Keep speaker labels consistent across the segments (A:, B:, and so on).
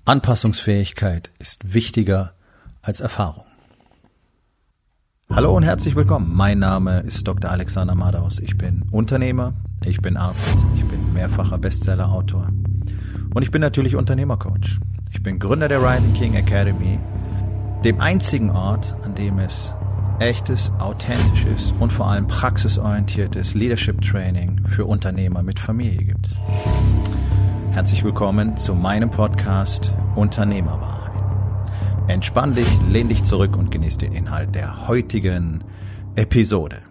A: Anpassungsfähigkeit ist wichtiger als Erfahrung. Hallo und herzlich willkommen. Mein Name ist Dr. Alexander Madaus. Ich bin Unternehmer, ich bin Arzt, ich bin mehrfacher Bestseller-Autor und ich bin natürlich Unternehmercoach. Ich bin Gründer der Rising King Academy, dem einzigen Ort, an dem es echtes, authentisches und vor allem praxisorientiertes Leadership Training für Unternehmer mit Familie gibt. Herzlich willkommen zu meinem Podcast Unternehmerwahrheit. Entspann dich, lehn dich zurück und genieß den Inhalt der heutigen Episode.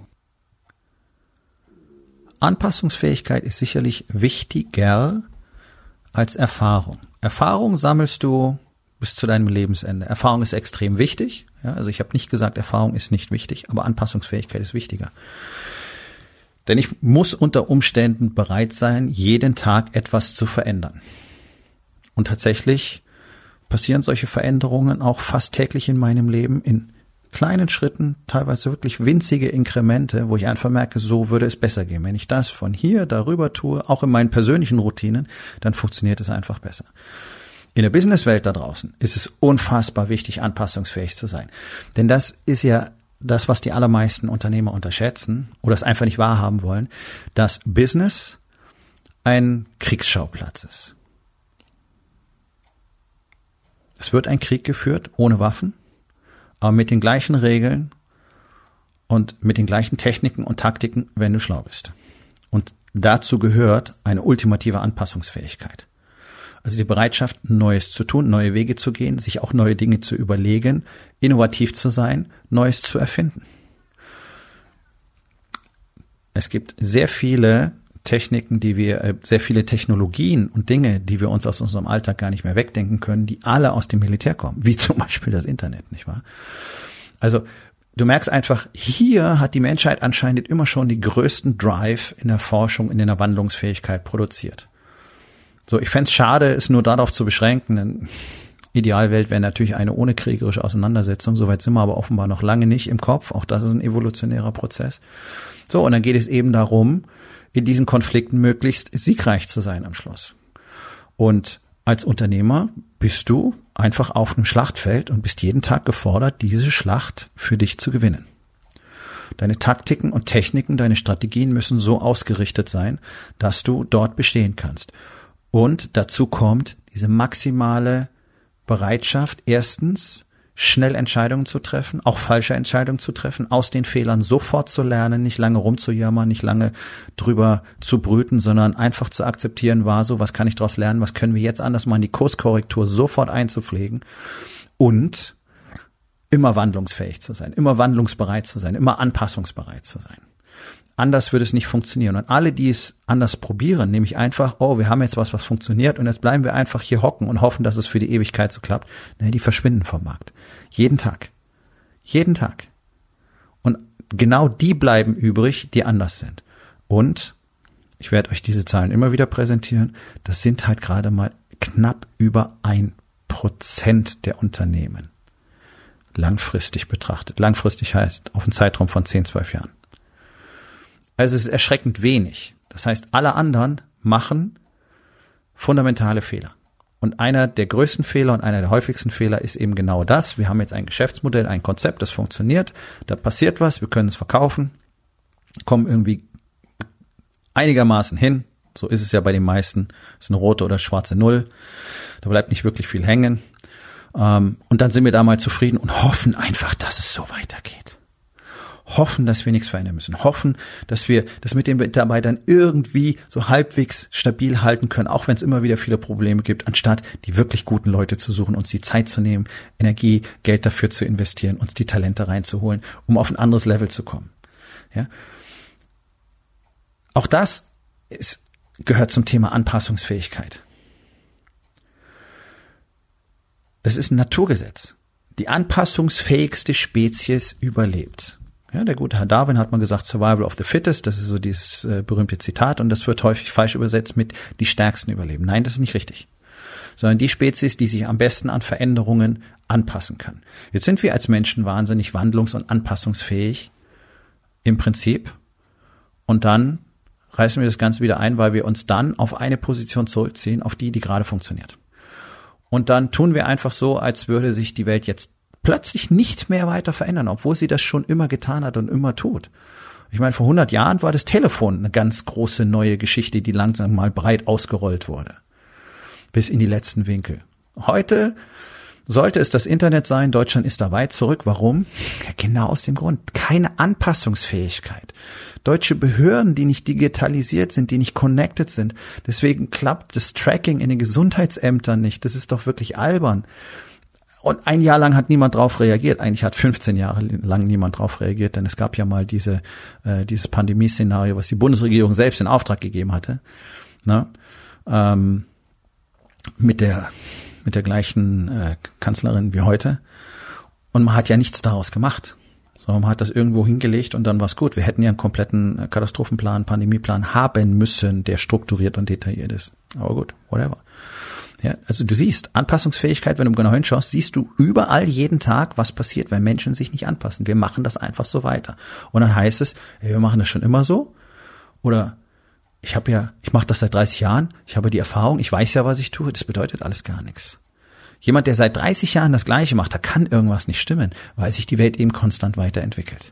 A: Anpassungsfähigkeit ist sicherlich wichtiger als Erfahrung. Erfahrung sammelst du bis zu deinem Lebensende. Erfahrung ist extrem wichtig. Ja, also ich habe nicht gesagt, Erfahrung ist nicht wichtig, aber Anpassungsfähigkeit ist wichtiger. Denn ich muss unter Umständen bereit sein, jeden Tag etwas zu verändern. Und tatsächlich passieren solche Veränderungen auch fast täglich in meinem Leben in kleinen Schritten, teilweise wirklich winzige Inkremente, wo ich einfach merke, so würde es besser gehen. Wenn ich das von hier darüber tue, auch in meinen persönlichen Routinen, dann funktioniert es einfach besser. In der Businesswelt da draußen ist es unfassbar wichtig, anpassungsfähig zu sein. Denn das ist ja das, was die allermeisten Unternehmer unterschätzen oder es einfach nicht wahrhaben wollen, dass Business ein Kriegsschauplatz ist. Es wird ein Krieg geführt, ohne Waffen, aber mit den gleichen Regeln und mit den gleichen Techniken und Taktiken, wenn du schlau bist. Und dazu gehört eine ultimative Anpassungsfähigkeit. Also die Bereitschaft, Neues zu tun, neue Wege zu gehen, sich auch neue Dinge zu überlegen, innovativ zu sein, Neues zu erfinden. Es gibt sehr viele Techniken, sehr viele Technologien und Dinge, die wir uns aus unserem Alltag gar nicht mehr wegdenken können, die alle aus dem Militär kommen, wie zum Beispiel das Internet, nicht wahr? Also du merkst einfach, hier hat die Menschheit anscheinend immer schon die größten Drive in der Forschung, in der Wandlungsfähigkeit produziert. So, ich fänd's schade, es nur darauf zu beschränken, denn Idealwelt wäre natürlich eine ohne kriegerische Auseinandersetzung, soweit sind wir aber offenbar noch lange nicht im Kopf, auch das ist ein evolutionärer Prozess. So, und dann geht es eben darum, in diesen Konflikten möglichst siegreich zu sein am Schluss. Und als Unternehmer bist du einfach auf einem Schlachtfeld und bist jeden Tag gefordert, diese Schlacht für dich zu gewinnen. Deine Taktiken und Techniken, deine Strategien müssen so ausgerichtet sein, dass du dort bestehen kannst. Und dazu kommt diese maximale Bereitschaft, erstens schnell Entscheidungen zu treffen, auch falsche Entscheidungen zu treffen, aus den Fehlern sofort zu lernen, nicht lange rumzujammern, nicht lange drüber zu brüten, sondern einfach zu akzeptieren, war so, was kann ich daraus lernen, was können wir jetzt anders machen, die Kurskorrektur sofort einzupflegen und immer wandlungsfähig zu sein, immer wandlungsbereit zu sein, immer anpassungsbereit zu sein. Anders würde es nicht funktionieren. Und alle, die es anders probieren, nämlich einfach, oh, wir haben jetzt was funktioniert und jetzt bleiben wir einfach hier hocken und hoffen, dass es für die Ewigkeit so klappt. Nee, die verschwinden vom Markt. Jeden Tag. Jeden Tag. Und genau die bleiben übrig, die anders sind. Und ich werde euch diese Zahlen immer wieder präsentieren. Das sind halt gerade mal knapp über 1% der Unternehmen. Langfristig betrachtet. Langfristig heißt auf einen Zeitraum von 10, 12 Jahren. Also es ist erschreckend wenig. Das heißt, alle anderen machen fundamentale Fehler. Und einer der größten Fehler und einer der häufigsten Fehler ist eben genau das. Wir haben jetzt ein Geschäftsmodell, ein Konzept, das funktioniert. Da passiert was, wir können es verkaufen, kommen irgendwie einigermaßen hin. So ist es ja bei den meisten. Das ist eine rote oder schwarze Null. Da bleibt nicht wirklich viel hängen. Und dann sind wir da mal zufrieden und hoffen einfach, dass es so weitergeht. Hoffen, dass wir nichts verändern müssen. Hoffen, dass wir das mit den Mitarbeitern irgendwie so halbwegs stabil halten können, auch wenn es immer wieder viele Probleme gibt, anstatt die wirklich guten Leute zu suchen, uns die Zeit zu nehmen, Energie, Geld dafür zu investieren, uns die Talente reinzuholen, um auf ein anderes Level zu kommen. Ja? Auch das gehört zum Thema Anpassungsfähigkeit. Das ist ein Naturgesetz. Die anpassungsfähigste Spezies überlebt. Ja, der gute Herr Darwin hat mal gesagt, Survival of the Fittest, das ist so dieses berühmte Zitat und das wird häufig falsch übersetzt mit die Stärksten überleben. Nein, das ist nicht richtig. Sondern die Spezies, die sich am besten an Veränderungen anpassen kann. Jetzt sind wir als Menschen wahnsinnig wandlungs- und anpassungsfähig im Prinzip und dann reißen wir das Ganze wieder ein, weil wir uns dann auf eine Position zurückziehen, auf die gerade funktioniert. Und dann tun wir einfach so, als würde sich die Welt jetzt plötzlich nicht mehr weiter verändern, obwohl sie das schon immer getan hat und immer tut. Ich meine, vor 100 Jahren war das Telefon eine ganz große neue Geschichte, die langsam mal breit ausgerollt wurde. Bis in die letzten Winkel. Heute sollte es das Internet sein. Deutschland ist da weit zurück. Warum? Ja, genau aus dem Grund. Keine Anpassungsfähigkeit. Deutsche Behörden, die nicht digitalisiert sind, die nicht connected sind. Deswegen klappt das Tracking in den Gesundheitsämtern nicht. Das ist doch wirklich albern. Und ein Jahr lang hat niemand drauf reagiert. Eigentlich hat 15 Jahre lang niemand drauf reagiert, denn es gab ja mal dieses Pandemieszenario, was die Bundesregierung selbst in Auftrag gegeben hatte, ne? Mit der gleichen Kanzlerin wie heute. Und man hat ja nichts daraus gemacht. So, man hat das irgendwo hingelegt und dann war's gut. Wir hätten ja einen kompletten Katastrophenplan, Pandemieplan haben müssen, der strukturiert und detailliert ist. Aber gut, whatever. Ja, also du siehst, Anpassungsfähigkeit, wenn du genau hinschaust, siehst du überall jeden Tag, was passiert, wenn Menschen sich nicht anpassen. Wir machen das einfach so weiter. Und dann heißt es, ey, wir machen das schon immer so. Oder ich mache das seit 30 Jahren, ich habe die Erfahrung, ich weiß ja, was ich tue. Das bedeutet alles gar nichts. Jemand, der seit 30 Jahren das Gleiche macht, da kann irgendwas nicht stimmen, weil sich die Welt eben konstant weiterentwickelt.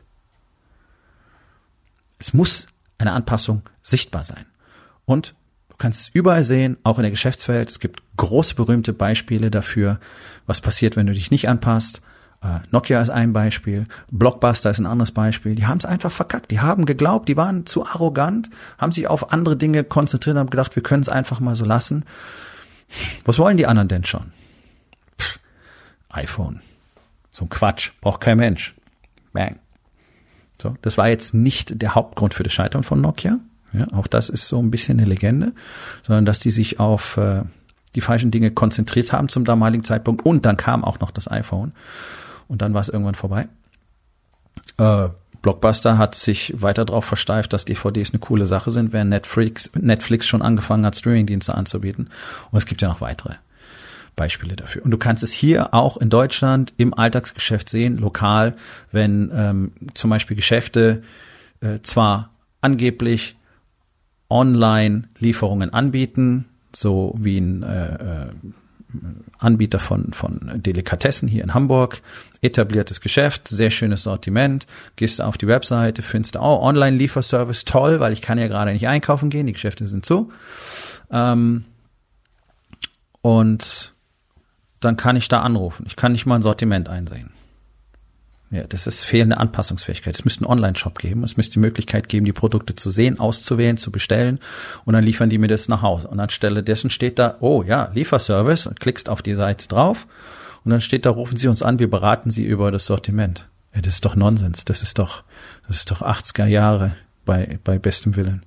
A: Es muss eine Anpassung sichtbar sein. Und du kannst es überall sehen, auch in der Geschäftswelt. Es gibt große, berühmte Beispiele dafür, was passiert, wenn du dich nicht anpasst. Nokia ist ein Beispiel, Blockbuster ist ein anderes Beispiel. Die haben es einfach verkackt. Die haben geglaubt, die waren zu arrogant, haben sich auf andere Dinge konzentriert und haben gedacht, wir können es einfach mal so lassen. Was wollen die anderen denn schon? iPhone. So ein Quatsch. Braucht kein Mensch. Bang. So, das war jetzt nicht der Hauptgrund für das Scheitern von Nokia. Ja, auch das ist so ein bisschen eine Legende, sondern dass die sich auf die falschen Dinge konzentriert haben zum damaligen Zeitpunkt und dann kam auch noch das iPhone und dann war es irgendwann vorbei. Blockbuster hat sich weiter darauf versteift, dass DVDs eine coole Sache sind, während Netflix schon angefangen hat, Streamingdienste anzubieten. Und es gibt ja noch weitere Beispiele dafür. Und du kannst es hier auch in Deutschland im Alltagsgeschäft sehen, lokal, wenn zum Beispiel Geschäfte zwar angeblich Online-Lieferungen anbieten, so wie ein Anbieter von Delikatessen hier in Hamburg, etabliertes Geschäft, sehr schönes Sortiment, gehst du auf die Webseite, findest du, oh, Online-Lieferservice, toll, weil ich kann ja gerade nicht einkaufen gehen, die Geschäfte sind zu. Und dann kann ich da anrufen. Ich kann nicht mal ein Sortiment einsehen. Ja, das ist fehlende Anpassungsfähigkeit. Es müsste einen Online-Shop geben. Es müsste die Möglichkeit geben, die Produkte zu sehen, auszuwählen, zu bestellen. Und dann liefern die mir das nach Hause. Und anstelle dessen steht da, oh ja, Lieferservice. Klickst auf die Seite drauf. Und dann steht da, rufen Sie uns an, wir beraten Sie über das Sortiment. Ja, das ist doch Nonsens. Das ist doch 80er Jahre bei bestem Willen.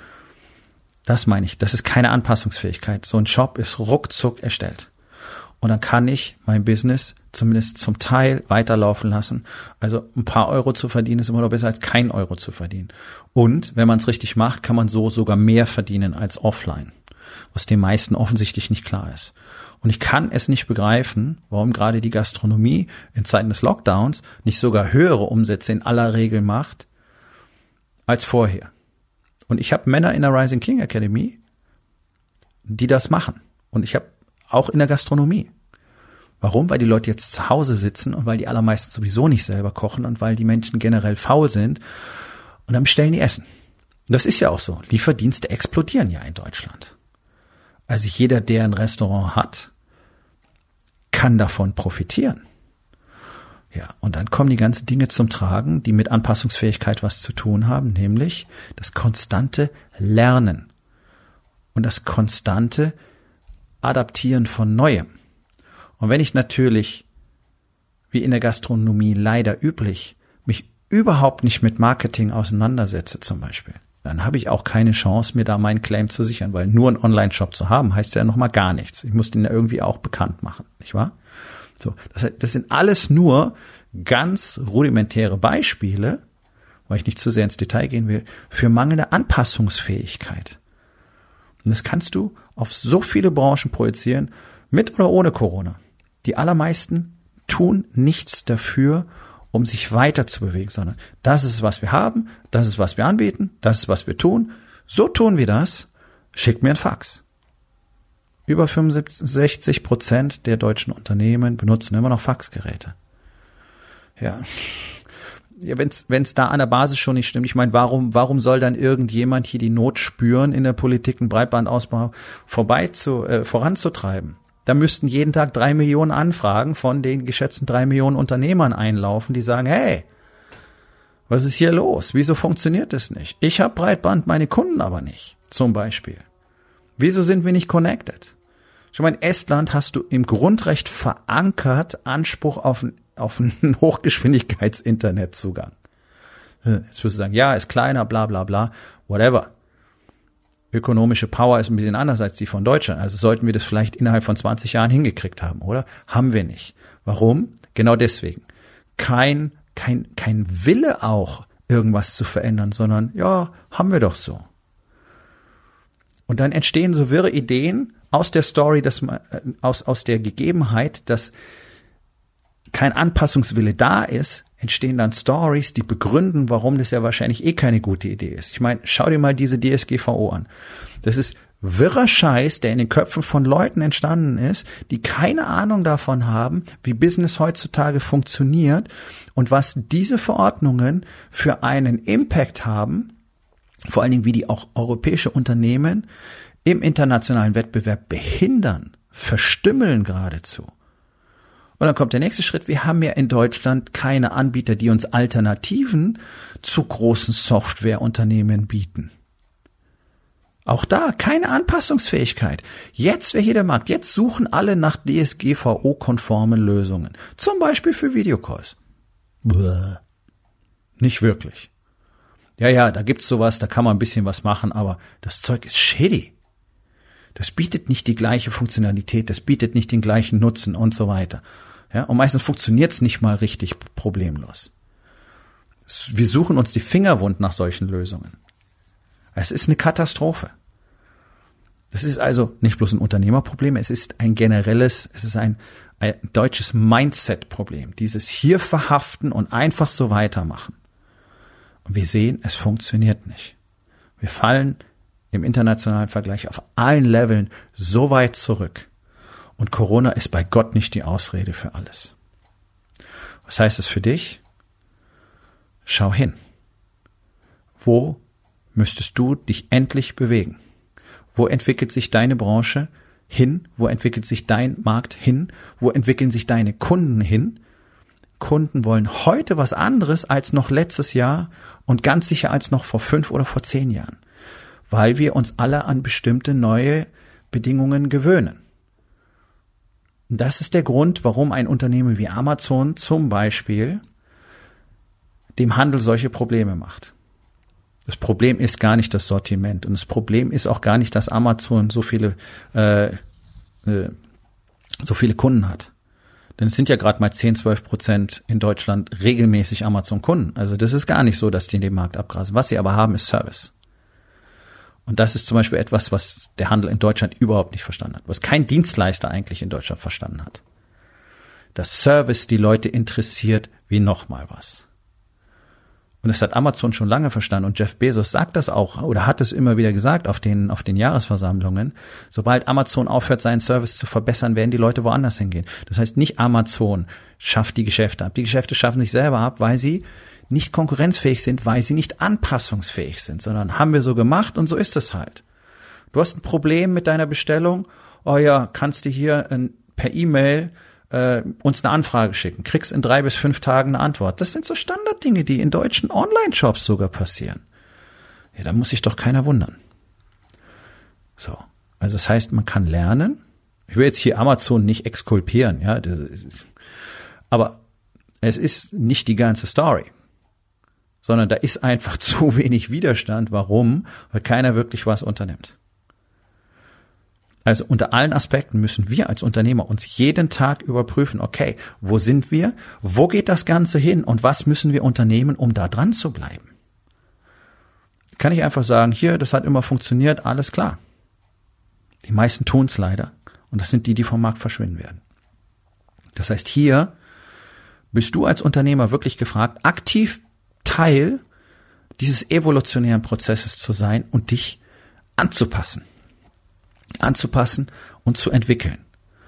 A: Das meine ich. Das ist keine Anpassungsfähigkeit. So ein Shop ist ruckzuck erstellt. Und dann kann ich mein Business zumindest zum Teil weiterlaufen lassen. Also ein paar Euro zu verdienen ist immer noch besser als kein Euro zu verdienen. Und wenn man es richtig macht, kann man so sogar mehr verdienen als offline, was den meisten offensichtlich nicht klar ist. Und ich kann es nicht begreifen, warum gerade die Gastronomie in Zeiten des Lockdowns nicht sogar höhere Umsätze in aller Regel macht als vorher. Und ich habe Männer in der Rising King Academy, die das machen. Und ich habe auch in der Gastronomie. Warum? Weil die Leute jetzt zu Hause sitzen und weil die allermeisten sowieso nicht selber kochen und weil die Menschen generell faul sind und dann bestellen die Essen. Und das ist ja auch so. Lieferdienste explodieren ja in Deutschland. Also jeder, der ein Restaurant hat, kann davon profitieren. Ja, und dann kommen die ganzen Dinge zum Tragen, die mit Anpassungsfähigkeit was zu tun haben, nämlich das konstante Lernen und das konstante Adaptieren von Neuem. Und wenn ich natürlich, wie in der Gastronomie leider üblich, mich überhaupt nicht mit Marketing auseinandersetze zum Beispiel, dann habe ich auch keine Chance, mir da meinen Claim zu sichern, weil nur einen Online-Shop zu haben, heißt ja nochmal gar nichts. Ich muss den ja irgendwie auch bekannt machen, nicht wahr? So, das sind alles nur ganz rudimentäre Beispiele, weil ich nicht zu sehr ins Detail gehen will, für mangelnde Anpassungsfähigkeit. Und das kannst du auf so viele Branchen projizieren, mit oder ohne Corona. Die allermeisten tun nichts dafür, um sich weiter zu bewegen, sondern das ist, was wir haben, das ist, was wir anbieten, das ist, was wir tun. So tun wir das. Schick mir ein Fax. über 65% der deutschen Unternehmen benutzen immer noch Faxgeräte. Ja, wenn's da an der Basis schon nicht stimmt, ich meine, warum soll dann irgendjemand hier die Not spüren, in der Politik einen Breitbandausbau voranzutreiben? Da müssten jeden Tag 3 Millionen Anfragen von den geschätzten 3 Millionen Unternehmern einlaufen, die sagen, hey, was ist hier los? Wieso funktioniert das nicht? Ich habe Breitband, meine Kunden aber nicht, zum Beispiel. Wieso sind wir nicht connected? Schon mal in Estland hast du im Grundrecht verankert Anspruch auf einen Hochgeschwindigkeits-Internetzugang. Jetzt wirst du sagen, ja, ist kleiner, bla bla bla, whatever. Ökonomische Power ist ein bisschen anders als die von Deutschland. Also sollten wir das vielleicht innerhalb von 20 Jahren hingekriegt haben, oder? Haben wir nicht. Warum? Genau deswegen. Kein Wille auch, irgendwas zu verändern, sondern, ja, haben wir doch so. Und dann entstehen so wirre Ideen aus der Story, aus der Gegebenheit, dass kein Anpassungswille da ist, entstehen dann Stories, die begründen, warum das ja wahrscheinlich keine gute Idee ist. Ich meine, schau dir mal diese DSGVO an. Das ist wirrer Scheiß, der in den Köpfen von Leuten entstanden ist, die keine Ahnung davon haben, wie Business heutzutage funktioniert und was diese Verordnungen für einen Impact haben, vor allen Dingen, wie die auch europäische Unternehmen im internationalen Wettbewerb behindern, verstümmeln geradezu. Und dann kommt der nächste Schritt. Wir haben ja in Deutschland keine Anbieter, die uns Alternativen zu großen Softwareunternehmen bieten. Auch da keine Anpassungsfähigkeit. Jetzt wäre hier der Markt. Jetzt suchen alle nach DSGVO-konformen Lösungen. Zum Beispiel für Videocalls. Bäh. Nicht wirklich. Ja, da gibt's sowas, da kann man ein bisschen was machen, aber das Zeug ist shitty. Das bietet nicht die gleiche Funktionalität, das bietet nicht den gleichen Nutzen und so weiter. Ja, und meistens funktioniert's nicht mal richtig problemlos. Wir suchen uns die Finger wund nach solchen Lösungen. Es ist eine Katastrophe. Das ist also nicht bloß ein Unternehmerproblem, es ist ein deutsches Mindset-Problem. Dieses hier verhaften und einfach so weitermachen. Und wir sehen, es funktioniert nicht. Wir fallen im internationalen Vergleich auf allen Leveln so weit zurück. Und Corona ist bei Gott nicht die Ausrede für alles. Was heißt es für dich? Schau hin. Wo müsstest du dich endlich bewegen? Wo entwickelt sich deine Branche hin? Wo entwickelt sich dein Markt hin? Wo entwickeln sich deine Kunden hin? Kunden wollen heute was anderes als noch letztes Jahr und ganz sicher als noch vor 5 oder vor 10 Jahren. Weil wir uns alle an bestimmte neue Bedingungen gewöhnen. Das ist der Grund, warum ein Unternehmen wie Amazon zum Beispiel dem Handel solche Probleme macht. Das Problem ist gar nicht das Sortiment und das Problem ist auch gar nicht, dass Amazon so viele Kunden hat. Denn es sind ja gerade mal 10-12% in Deutschland regelmäßig Amazon-Kunden. Also das ist gar nicht so, dass die den Markt abgrasen. Was sie aber haben, ist Service. Und das ist zum Beispiel etwas, was der Handel in Deutschland überhaupt nicht verstanden hat, was kein Dienstleister eigentlich in Deutschland verstanden hat. Dass Service die Leute interessiert wie nochmal was. Und das hat Amazon schon lange verstanden und Jeff Bezos sagt das auch oder hat es immer wieder gesagt auf den Jahresversammlungen. Sobald Amazon aufhört, seinen Service zu verbessern, werden die Leute woanders hingehen. Das heißt, nicht Amazon schafft die Geschäfte ab. Die Geschäfte schaffen sich selber ab, weil sie nicht konkurrenzfähig sind, weil sie nicht anpassungsfähig sind, sondern haben wir so gemacht und so ist es halt. Du hast ein Problem mit deiner Bestellung, oh ja, kannst du hier per E-Mail uns eine Anfrage schicken, kriegst in 3 bis 5 Tagen eine Antwort. Das sind so Standarddinge, die in deutschen Online-Shops sogar passieren. Ja, da muss sich doch keiner wundern. So, also das heißt, man kann lernen. Ich will jetzt hier Amazon nicht exkulpieren, ja, aber es ist nicht die ganze Story, sondern da ist einfach zu wenig Widerstand. Warum? Weil keiner wirklich was unternimmt. Also unter allen Aspekten müssen wir als Unternehmer uns jeden Tag überprüfen, okay, wo sind wir, wo geht das Ganze hin und was müssen wir unternehmen, um da dran zu bleiben? Kann ich einfach sagen, hier, das hat immer funktioniert, alles klar. Die meisten tun es leider und das sind die, die vom Markt verschwinden werden. Das heißt, hier bist du als Unternehmer wirklich gefragt, aktiv Teil dieses evolutionären Prozesses zu sein und dich anzupassen. anzupassen und zu entwickeln.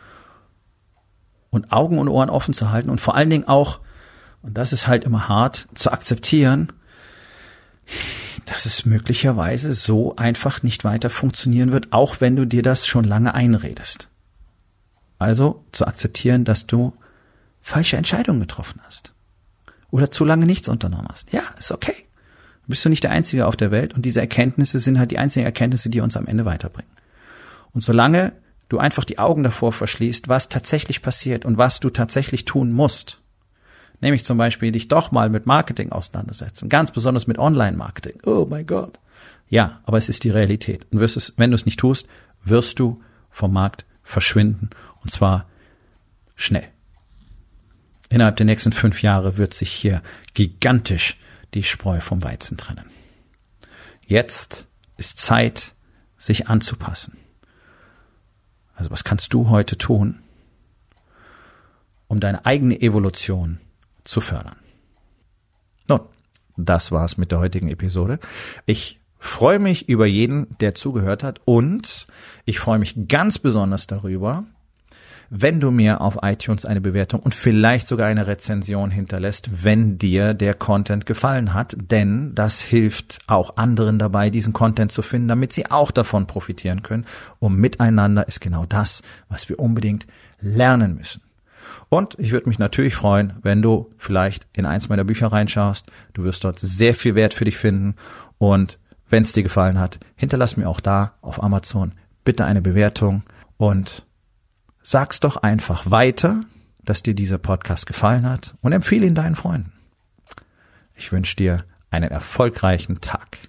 A: Und Augen und Ohren offen zu halten und vor allen Dingen auch, und das ist halt immer hart, zu akzeptieren, dass es möglicherweise so einfach nicht weiter funktionieren wird, auch wenn du dir das schon lange einredest. Also zu akzeptieren, dass du falsche Entscheidungen getroffen hast oder zu lange nichts unternommen hast. Ja, ist okay. Bist du nicht der Einzige auf der Welt und diese Erkenntnisse sind halt die einzigen Erkenntnisse, die uns am Ende weiterbringen. Und solange du einfach die Augen davor verschließt, was tatsächlich passiert und was du tatsächlich tun musst, nämlich zum Beispiel dich doch mal mit Marketing auseinandersetzen, ganz besonders mit Online-Marketing. Oh mein Gott. Ja, aber es ist die Realität. Und wenn du es nicht tust, wirst du vom Markt verschwinden und zwar schnell. Innerhalb der nächsten 5 Jahre wird sich hier gigantisch die Spreu vom Weizen trennen. Jetzt ist Zeit, sich anzupassen. Also was kannst du heute tun, um deine eigene Evolution zu fördern? Nun, das war's mit der heutigen Episode. Ich freue mich über jeden, der zugehört hat und ich freue mich ganz besonders darüber, wenn du mir auf iTunes eine Bewertung und vielleicht sogar eine Rezension hinterlässt, wenn dir der Content gefallen hat, denn das hilft auch anderen dabei, diesen Content zu finden, damit sie auch davon profitieren können. Und miteinander ist genau das, was wir unbedingt lernen müssen. Und ich würde mich natürlich freuen, wenn du vielleicht in eins meiner Bücher reinschaust. Du wirst dort sehr viel Wert für dich finden. Und wenn es dir gefallen hat, hinterlass mir auch da auf Amazon bitte eine Bewertung und sag's doch einfach weiter, dass dir dieser Podcast gefallen hat und empfehle ihn deinen Freunden. Ich wünsche dir einen erfolgreichen Tag.